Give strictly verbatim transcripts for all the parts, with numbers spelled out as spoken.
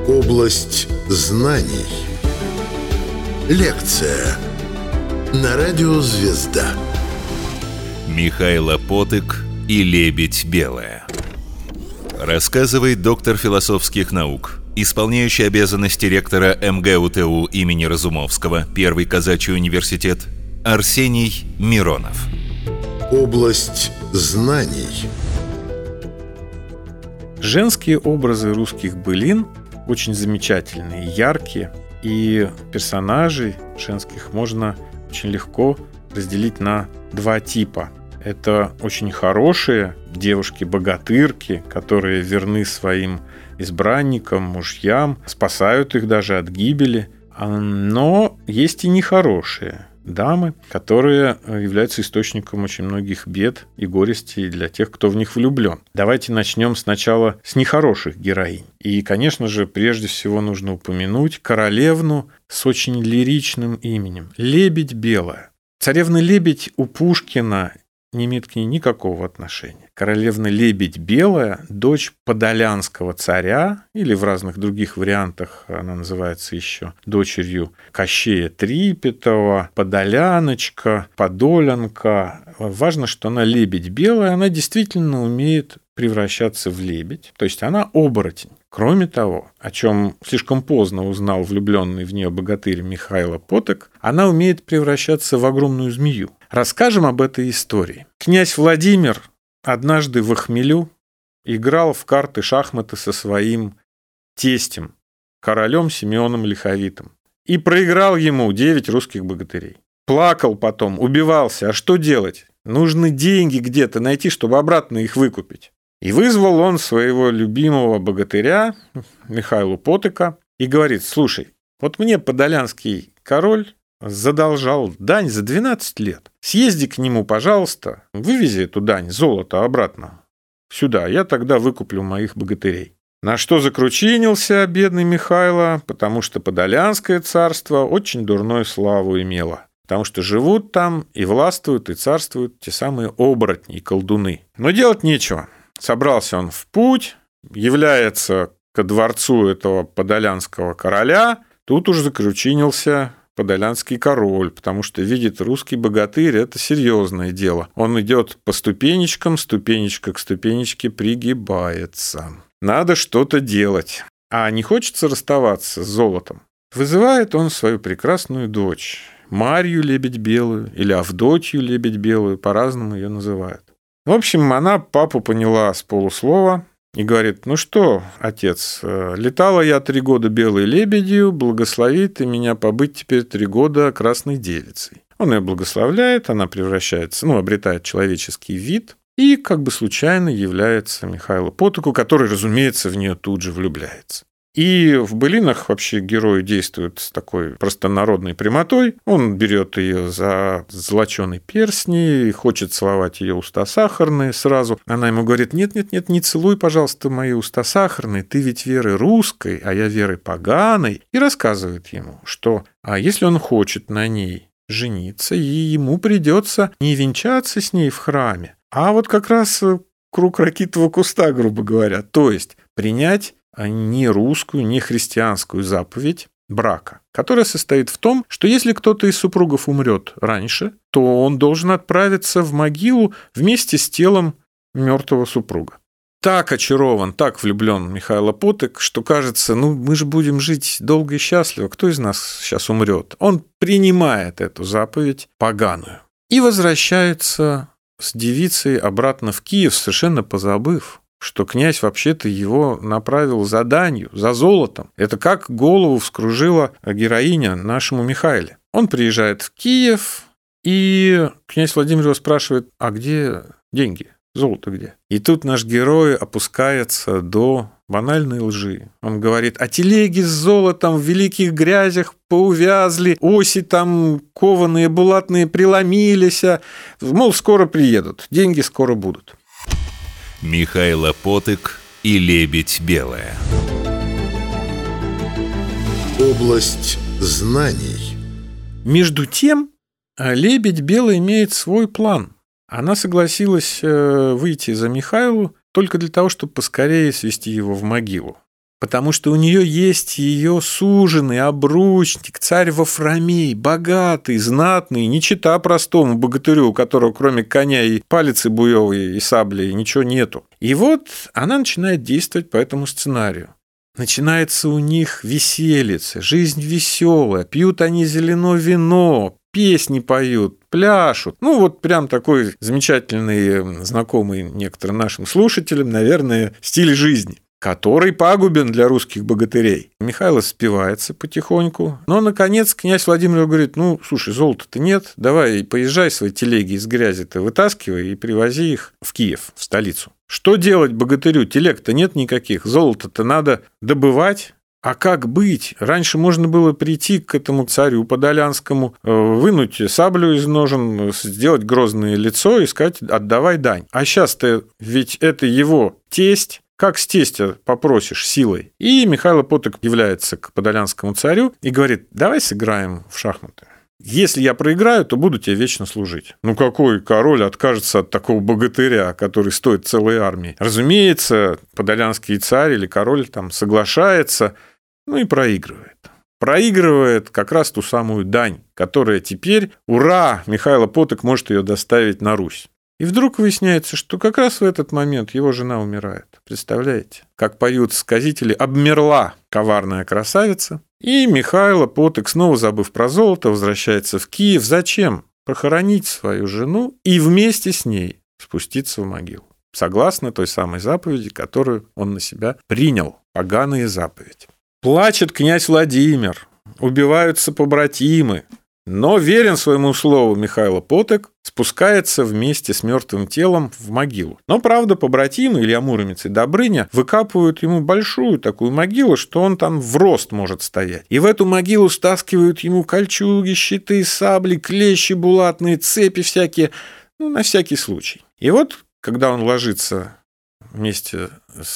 Область знаний. Лекция на радио «Звезда». Михайло Потык и «Лебедь белая». Рассказывает доктор философских наук, исполняющий обязанности ректора эм гэ у тэ у имени Разумовского, Первый казачий университет, Арсений Миронов. Область знаний. Женские образы русских былин очень замечательные, яркие, и персонажей женских можно очень легко разделить на два типа. Это очень хорошие девушки-богатырки, которые верны своим избранникам, мужьям, спасают их даже от гибели. Но есть и нехорошие дамы, которые являются источником очень многих бед и горестей для тех, кто в них влюблен. Давайте начнем сначала с нехороших героинь. И, конечно же, прежде всего нужно упомянуть королевну с очень лиричным именем – Лебедь белая. Царевна Лебедь у Пушкина не имеет к ней никакого отношения. Королевна Лебедь белая – дочь подолянского царя, или в разных других вариантах она называется еще дочерью Кощея Трипетова, Подоляночка, Подолянка. Важно, что она лебедь белая, она действительно умеет превращаться в лебедь, то есть она оборотень. Кроме того, о чем слишком поздно узнал влюбленный в нее богатырь Михайло Потык, она умеет превращаться в огромную змею. Расскажем об этой истории. Князь Владимир однажды в хмелю играл в карты, шахматы со своим тестем, королем Симеоном Лиховитым, и проиграл ему девять русских богатырей. Плакал потом, убивался. А что делать? Нужны деньги где-то найти, чтобы обратно их выкупить. И вызвал он своего любимого богатыря Михайлу Потыка и говорит: слушай, вот мне подолянский король задолжал дань за двенадцать лет. Съезди к нему, пожалуйста, вывези эту дань, золото, обратно сюда, я тогда выкуплю моих богатырей. На что закручинился бедный Михайло, потому что Подолянское царство очень дурную славу имело. Потому что живут там и властвуют, и царствуют те самые оборотни и колдуны. Но делать нечего. Собрался он в путь, является ко дворцу этого подолянского короля. Тут уж закручинился подолянский король, потому что видит, русский богатырь – это серьезное дело. Он идет по ступенечкам, ступенечка к ступенечке пригибается. Надо что-то делать. А не хочется расставаться с золотом. Вызывает он свою прекрасную дочь, Марью Лебедь Белую или Авдотью Лебедь Белую, по-разному ее называют. В общем, она папу поняла с полуслова и говорит: ну что, отец, летала я три года белой лебедью, благослови ты меня побыть теперь три года красной девицей. Он ее благословляет, она превращается, ну, обретает человеческий вид и как бы случайно является Михайлу Потыку, который, разумеется, в нее тут же влюбляется. И в былинах вообще герой действует с такой простонародной прямотой. Он берет ее за золоченый перстни и хочет целовать ее уста сахарные сразу. Она ему говорит: нет-нет-нет, не целуй, пожалуйста, мои уста сахарные, ты ведь веры русской, а я веры поганой. И рассказывает ему, что а если он хочет на ней жениться, и ему придется не венчаться с ней в храме, а вот как раз круг ракитового куста, грубо говоря, то есть принять не русскую, не христианскую заповедь брака, которая состоит в том, что если кто-то из супругов умрет раньше, то он должен отправиться в могилу вместе с телом мертвого супруга. Так очарован, так влюблен Михайло Потык, что кажется, ну мы же будем жить долго и счастливо, кто из нас сейчас умрет? Он принимает эту заповедь поганую и возвращается с девицей обратно в Киев, совершенно позабыв, что князь вообще-то его направил за данью, за золотом. Это как голову вскружила героиня нашему Михаиле. Он приезжает в Киев, и князь Владимир его спрашивает: а где деньги? Золото где? И тут наш герой опускается до банальной лжи. Он говорит: а телеги с золотом в великих грязях поувязли, оси там кованые, булатные преломились, мол, скоро приедут, деньги скоро будут. Михайло Потык и «Лебедь белая». Область знаний. Между тем, Лебедь белая имеет свой план. Она согласилась выйти за Михайлу только для того, чтобы поскорее свести его в могилу. потому что у нее есть ее суженый обручник, царь Вафромей, богатый, знатный, не чета простому богатырю, у которого кроме коня и палицы буевой, и сабли, ничего нету. И вот она начинает действовать по этому сценарию. Начинается у них веселица, жизнь веселая, пьют они зеленое вино, песни поют, пляшут. Ну, вот прям такой замечательный, знакомый некоторым нашим слушателям, наверное, стиль жизни, который пагубен для русских богатырей. Михайло спивается потихоньку, но, наконец, князь Владимир говорит: ну, слушай, золота-то нет, давай поезжай свои телеги из грязи-то вытаскивай и привози их в Киев, в столицу. Что делать богатырю? Телег-то нет никаких, золото-то надо добывать. А как быть? Раньше можно было прийти к этому царю подолянскому, вынуть саблю из ножен, сделать грозное лицо и сказать: отдавай дань. А сейчас-то ведь это его тесть. Как с тестя попросишь силой? И Михайло Поток является к подолянскому царю и говорит: давай сыграем в шахматы. Если я проиграю, то буду тебе вечно служить. Ну, какой король откажется от такого богатыря, который стоит целой армии? Разумеется, подолянский царь или король там соглашается, ну и проигрывает. Проигрывает как раз ту самую дань, которая теперь, ура, Михайло Поток может ее доставить на Русь. И вдруг выясняется, что как раз в этот момент его жена умирает. Представляете? Как поют сказители, обмерла коварная красавица. И Михайло Поток, снова забыв про золото, возвращается в Киев. Зачем? Похоронить свою жену и вместе с ней спуститься в могилу. Согласно той самой заповеди, которую он на себя принял. Поганая заповедь. Плачет князь Владимир. Убиваются побратимы. Но верен своему слову Михайло Поток спускается вместе с мертвым телом в могилу. Но, правда, побратимы Илья Муромец и Добрыня выкапывают ему большую такую могилу, что он там в рост может стоять. И в эту могилу стаскивают ему кольчуги, щиты, сабли, клещи булатные, цепи всякие, ну, на всякий случай. И вот, когда он ложится вместе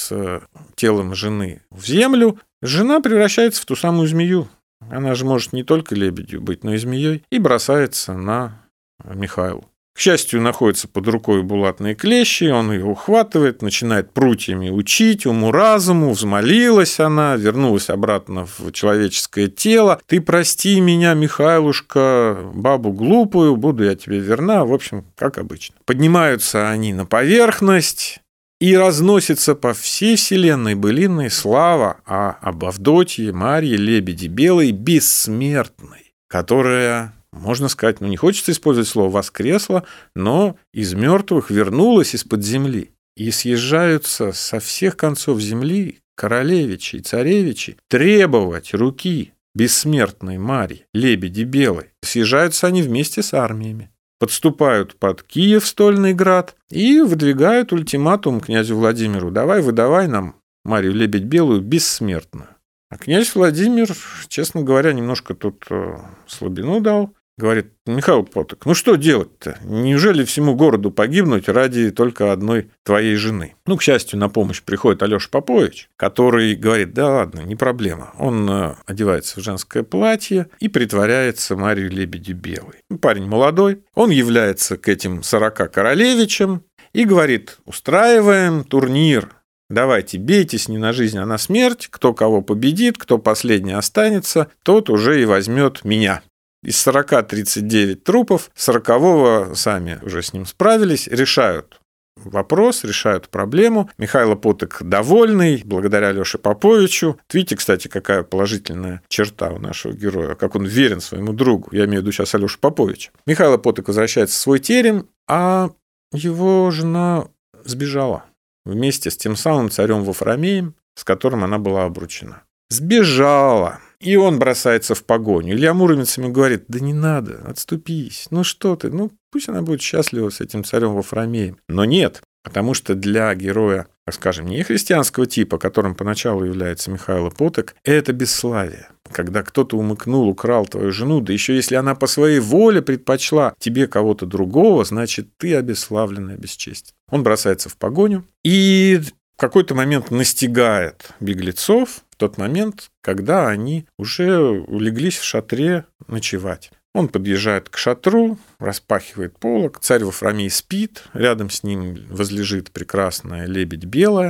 с телом жены в землю, жена превращается в ту самую змею. Она же может не только лебедью быть, но и змеей, и бросается на Михайлу. К счастью, находятся под рукой булатные клещи, он ее ухватывает, начинает прутьями учить, уму-разуму, взмолилась она, вернулась обратно в человеческое тело. «Ты прости меня, Михайлушка, бабу глупую, буду я тебе верна», в общем, как обычно. Поднимаются они на поверхность, и разносится по всей вселенной былинной слава об Авдотье, Марье, лебеди белой, бессмертной, которая, можно сказать, ну не хочется использовать слово «воскресла», но из мертвых вернулась из-под земли. И съезжаются со всех концов земли королевичи и царевичи требовать руки бессмертной Марьи, лебеди белой. Съезжаются они вместе с армиями. Подступают под Киев, Стольный Град, и выдвигают ультиматум князю Владимиру: давай, выдавай нам Марию Лебедь Белую бессмертную. А князь Владимир, честно говоря, немножко тут слабину дал. Говорит: Михаил Поток, ну что делать-то? Неужели всему городу погибнуть ради только одной твоей жены? Ну, к счастью, на помощь приходит Алёша Попович, который говорит: да ладно, не проблема. Он одевается в женское платье и притворяется Марьей Лебедью Белой. Парень молодой, он является к этим сорока королевичам и говорит: устраиваем турнир. Давайте, бийтесь не на жизнь, а на смерть. Кто кого победит, кто последний останется, тот уже и возьмет меня. Из сорока тридцать девять трупов, сорокового сами уже с ним справились, решают вопрос, решают проблему. Михайло Поток довольный, благодаря Алёше Поповичу. Видите, кстати, какая положительная черта у нашего героя, как он верен своему другу. Я имею в виду сейчас Алёшу Поповича. Михайло Поток возвращается в свой терем, а его жена сбежала вместе с тем самым царем Вафромеем, с которым она была обручена. Сбежала. И он бросается в погоню. Илья Муромец ему говорит: да не надо, отступись. Ну что ты, ну пусть она будет счастлива с этим царем Вафромеем. Но нет, потому что для героя, так скажем, не христианского типа, которым поначалу является Михайло Поток, это бесславие. Когда кто-то умыкнул, украл твою жену, да еще если она по своей воле предпочла тебе кого-то другого, значит, ты обесславлен и обесчестен. Он бросается в погоню и в какой-то момент настигает беглецов, в тот момент, когда они уже улеглись в шатре ночевать. Он подъезжает к шатру, распахивает полог, царь Вафромей спит, рядом с ним возлежит прекрасная лебедь белая,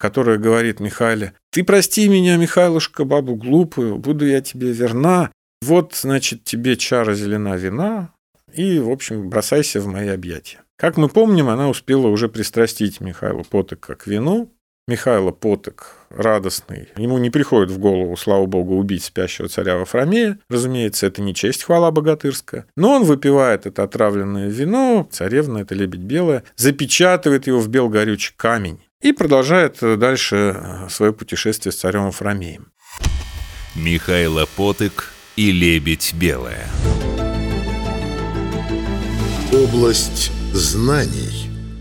которая говорит Михайле: «Ты прости меня, Михайлушка, бабу глупую, буду я тебе верна. Вот, значит, тебе чара зелена вина, и, в общем, бросайся в мои объятия». Как мы помним, она успела уже пристрастить Михайла Потока к вину. Михайло Поток радостный. Ему не приходит в голову, слава богу, убить спящего царя Вафромея. Разумеется, это не честь, хвала богатырская. Но он выпивает это отравленное вино, царевна, это лебедь белая, запечатывает его в белгорючий камень и продолжает дальше свое путешествие с царем Вафромеем. Михайло Поток и лебедь белая. Область знаний.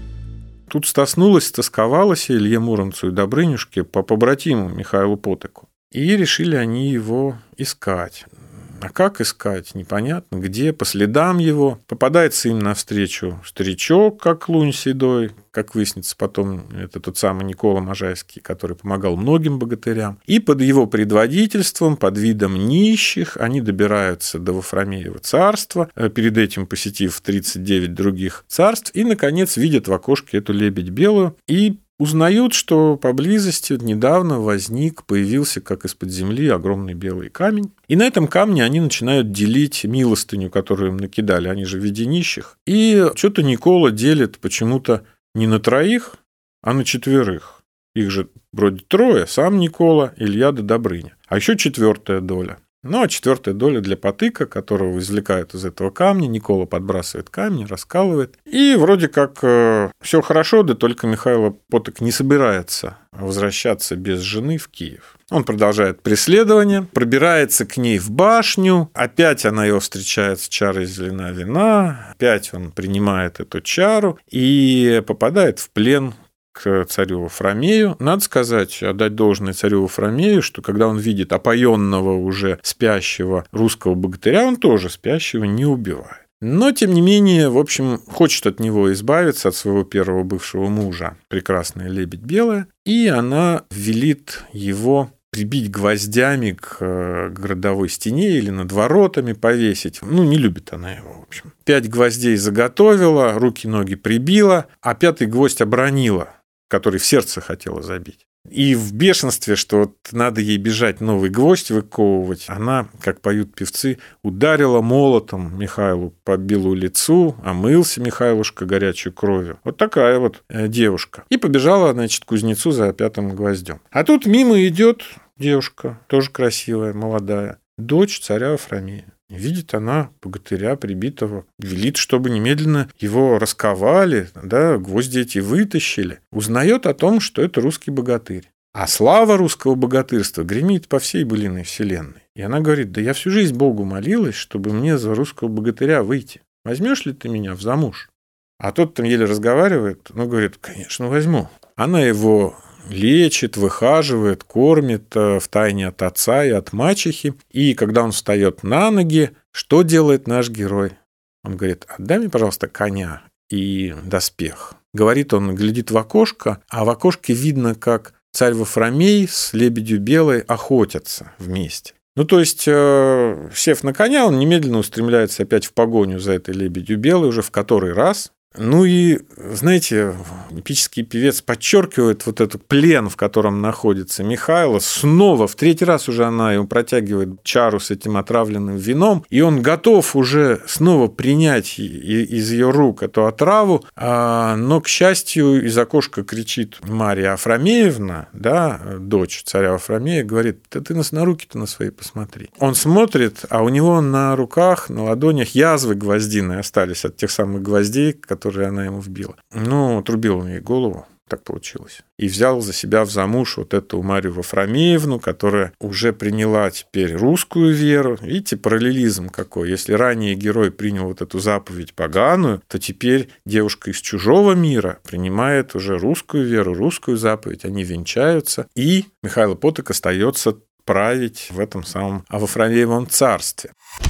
Тут стоснулось, стосковалось Илье Муромцу и Добрынюшке по побратиму Михайлу Потоку. И решили они его искать. А как искать? Непонятно. Где? По следам его. Попадается им навстречу старичок, как лунь седой. Как выяснится потом, это тот самый Никола Можайский, который помогал многим богатырям. И под его предводительством, под видом нищих, они добираются до Вафромеева царства, перед этим посетив тридцать девять других царств, и, наконец, видят в окошке эту лебедь белую и узнают, что поблизости недавно возник, появился, как из-под земли, огромный белый камень. И на этом камне они начинают делить милостыню, которую им накидали, они же в виде нищих. И что-то Никола делит почему-то не на троих, а на четверых. Их же вроде трое, сам Никола, Илья да Добрыня. А еще четвертая доля. Ну, а четвертая доля для Потыка, которого извлекают из этого камня. Никола подбрасывает камень, раскалывает. И вроде как э, все хорошо, да только Михайло Поток не собирается возвращаться без жены в Киев. Он продолжает преследование, пробирается к ней в башню. Опять она его встречает с чарой зелена вина. Опять он принимает эту чару и попадает в плен к царю Вафромею. Надо сказать, отдать должное царю Вафромею, что когда он видит опоенного уже спящего русского богатыря, он тоже спящего не убивает. Но, тем не менее, в общем, хочет от него избавиться, от своего первого бывшего мужа, прекрасная лебедь белая, и она велит его прибить гвоздями к городовой стене или над воротами повесить. Ну, не любит она его, в общем. Пять гвоздей заготовила, руки-ноги прибила, а пятый гвоздь обронила, который в сердце хотела забить. И в бешенстве, что вот надо ей бежать новый гвоздь выковывать, она, как поют певцы, ударила молотом Михайлу по белу лицу, омылся Михайлушка горячей кровью. Вот такая вот девушка. И побежала, значит, к кузнецу за пятым гвоздем. А тут мимо идет девушка, тоже красивая, молодая, дочь царя Вафромея. Видит она богатыря прибитого, велит, чтобы немедленно его расковали, да, гвозди эти вытащили. Узнает о том, что это русский богатырь. А слава русского богатырства гремит по всей былиной вселенной. И она говорит: да я всю жизнь Богу молилась, чтобы мне за русского богатыря выйти. Возьмешь ли ты меня в замуж? А тот там еле разговаривает, но говорит: конечно, возьму. Она его лечит, выхаживает, кормит втайне от отца и от мачехи. И когда он встает на ноги, что делает наш герой? Он говорит: отдай мне, пожалуйста, коня и доспех. Говорит он, глядит в окошко, а в окошке видно, как царь Вафромей с лебедью белой охотятся вместе. Ну, то есть, э, сев на коня, он немедленно устремляется опять в погоню за этой лебедью белой уже в который раз. Ну и, знаете, эпический певец подчеркивает вот этот плен, в котором находится Михайло. Снова, в третий раз уже она ему протягивает чару с этим отравленным вином, и он готов уже снова принять из ее рук эту отраву, но, к счастью, из окошка кричит Марья Афромеевна, да, дочь царя Вафромея, говорит: да ты на руки-то на свои посмотри. Он смотрит, а у него на руках, на ладонях язвы гвоздиные остались от тех самых гвоздей, которые которые она ему вбила. Ну, отрубил он ей голову, так получилось. И взял за себя в замуж вот эту Марью Вафромеевну, которая уже приняла теперь русскую веру. Видите, параллелизм какой. Если ранее герой принял вот эту заповедь поганую, то теперь девушка из чужого мира принимает уже русскую веру, русскую заповедь. Они венчаются, и Михайло Поток остается править в этом самом Вафромеевом царстве.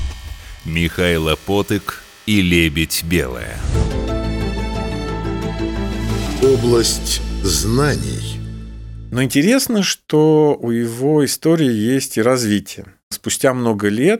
Михайло Поток и лебедь белая. Область знаний. Но интересно, что у его истории есть и развитие. Спустя много лет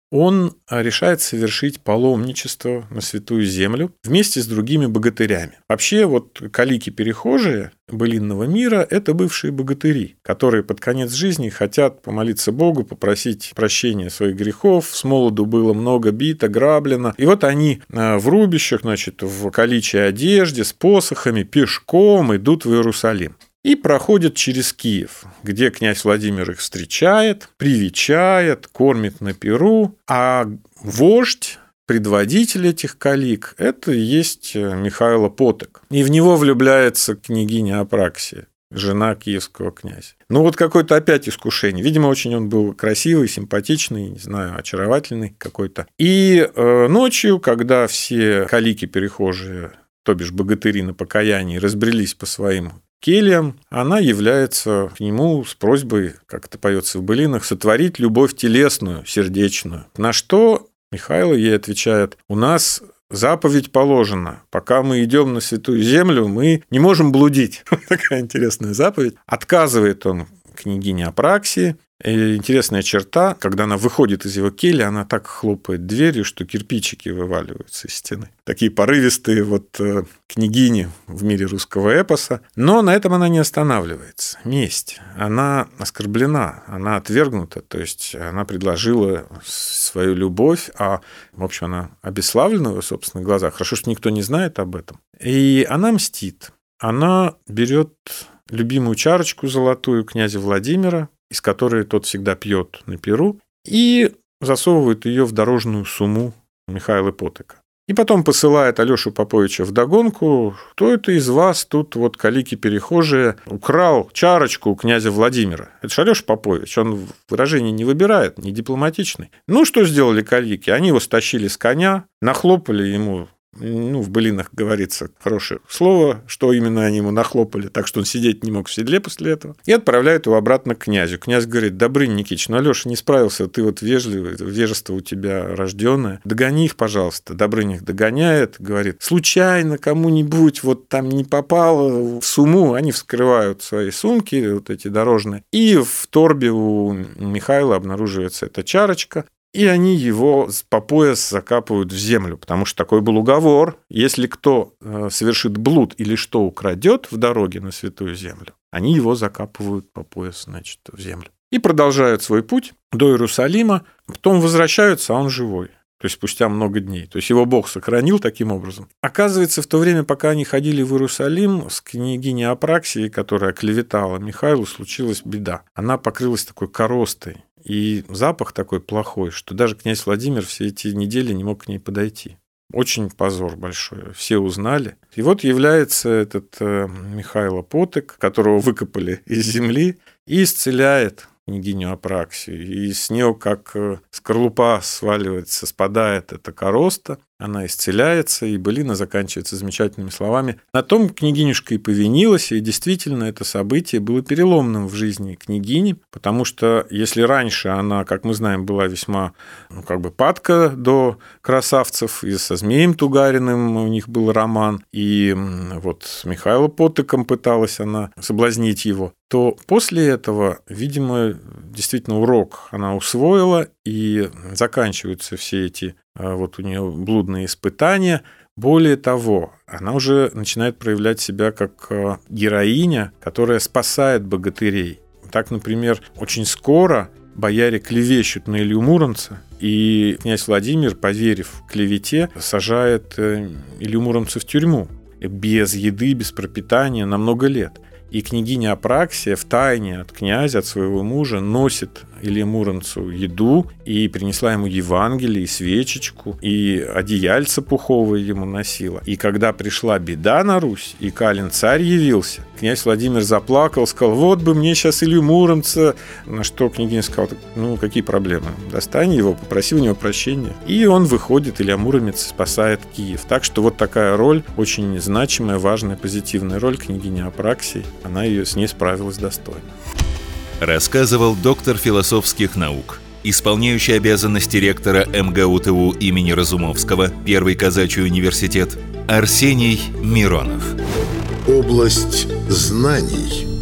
он решает совершить паломничество на Святую Землю вместе с другими богатырями. Вообще, вот калики-перехожие былинного мира – это бывшие богатыри, которые под конец жизни хотят помолиться Богу, попросить прощения своих грехов. С молоду было много бит, ограблено. И вот они в рубищах, значит, в каличьей одежде, с посохами, пешком идут в Иерусалим. И проходят через Киев, где князь Владимир их встречает, привечает, кормит на пиру, а вождь, предводитель этих калик – это и есть Михаил Поток. И в него влюбляется княгиня Апраксия, жена киевского князя. Ну вот какое-то опять искушение. Видимо, очень он был красивый, симпатичный, не знаю, очаровательный какой-то. И э, ночью, когда все калики-перехожие, то бишь богатыри на покаянии, разбрелись по своим кельям, она является к нему с просьбой, как это поется в былинах, сотворить любовь телесную, сердечную. На что Михаил ей отвечает: у нас заповедь положена. Пока мы идем на Святую Землю, мы не можем блудить. Такая интересная заповедь. Отказывает он княгине Апраксии. И интересная черта, когда она выходит из его кельи, она так хлопает дверью, что кирпичики вываливаются из стены. Такие порывистые вот княгини в мире русского эпоса. Но на этом она не останавливается. Месть. Она оскорблена, она отвергнута. То есть она предложила свою любовь, а, в общем, она обесславлена в его собственных глазах. Хорошо, что никто не знает об этом. И она мстит. Она берет любимую чарочку золотую князя Владимира, из которой тот всегда пьет на пиру, и засовывает ее в дорожную сумму Михаила Потока. И потом посылает Алешу Поповича вдогонку: кто это из вас тут, вот калики-перехожие, украл чарочку у князя Владимира? Это же Алеша Попович, он выражение не выбирает, не дипломатичный. Ну, что сделали калики? Они его стащили с коня, нахлопали ему, ну, в былинах говорится хорошее слово, что именно они ему нахлопали, так что он сидеть не мог в седле после этого, и отправляют его обратно к князю. Князь говорит: Добрынь Никитич, ну, Алёша не справился, ты вот вежливый, вежество у тебя рожденное, догони их, пожалуйста. Добрынь их догоняет, говорит: случайно кому-нибудь вот там не попало в сумму, они вскрывают свои сумки, вот эти дорожные, и в торбе у Михаила обнаруживается эта чарочка. И они его по пояс закапывают в землю, потому что такой был уговор: если кто совершит блуд или что украдет в дороге на Святую Землю, они его закапывают по пояс, значит, в землю. И продолжают свой путь до Иерусалима, потом возвращаются, а он живой. То есть спустя много дней. То есть его Бог сохранил таким образом. Оказывается, в то время, пока они ходили в Иерусалим, с княгиней Апраксией, которая клеветала Михаилу, случилась беда. Она покрылась такой коростой. И запах такой плохой, что даже князь Владимир все эти недели не мог к ней подойти. Очень позор большой. Все узнали. И вот является этот э, Михаил Поток, которого выкопали из земли, и исцеляет княгиню Апраксию. И с нее, как скорлупа сваливается, спадает эта короста, она исцеляется, и былина заканчивается замечательными словами: на том княгинюшка и повинилась, и действительно это событие было переломным в жизни княгини, потому что если раньше она, как мы знаем, была весьма, ну, как бы падка до красавцев, и со Змеем Тугариным у них был роман, и вот с Михаилом Потоком пыталась она соблазнить его, то после этого, видимо, действительно урок она усвоила, и заканчиваются все эти вот у нее блудные испытания. Более того, она уже начинает проявлять себя как героиня, которая спасает богатырей. Так, например, очень скоро бояре клевещут на Илью Муромца, и князь Владимир, поверив клевете, сажает Илью Муромца в тюрьму без еды, без пропитания на много лет. И княгиня Апраксия втайне от князя, от своего мужа, носит Илье Муромцу еду, и принесла ему Евангелие, и свечечку, и одеяльце пуховое ему носила. И когда пришла беда на Русь, и Калин царь явился, князь Владимир заплакал, сказал: вот бы мне сейчас Илью Муромца. На что княгиня сказала: ну, какие проблемы? Достань его, попроси у него прощения. И он выходит, Илья Муромец спасает Киев. Так что вот такая роль, очень значимая, важная, позитивная роль княгини Апраксии. Она ее с ней справилась достойно. Рассказывал доктор философских наук, исполняющий обязанности ректора эм гэ у тэ у имени Разумовского, Первый казачий университет, Арсений Миронов. Область знаний.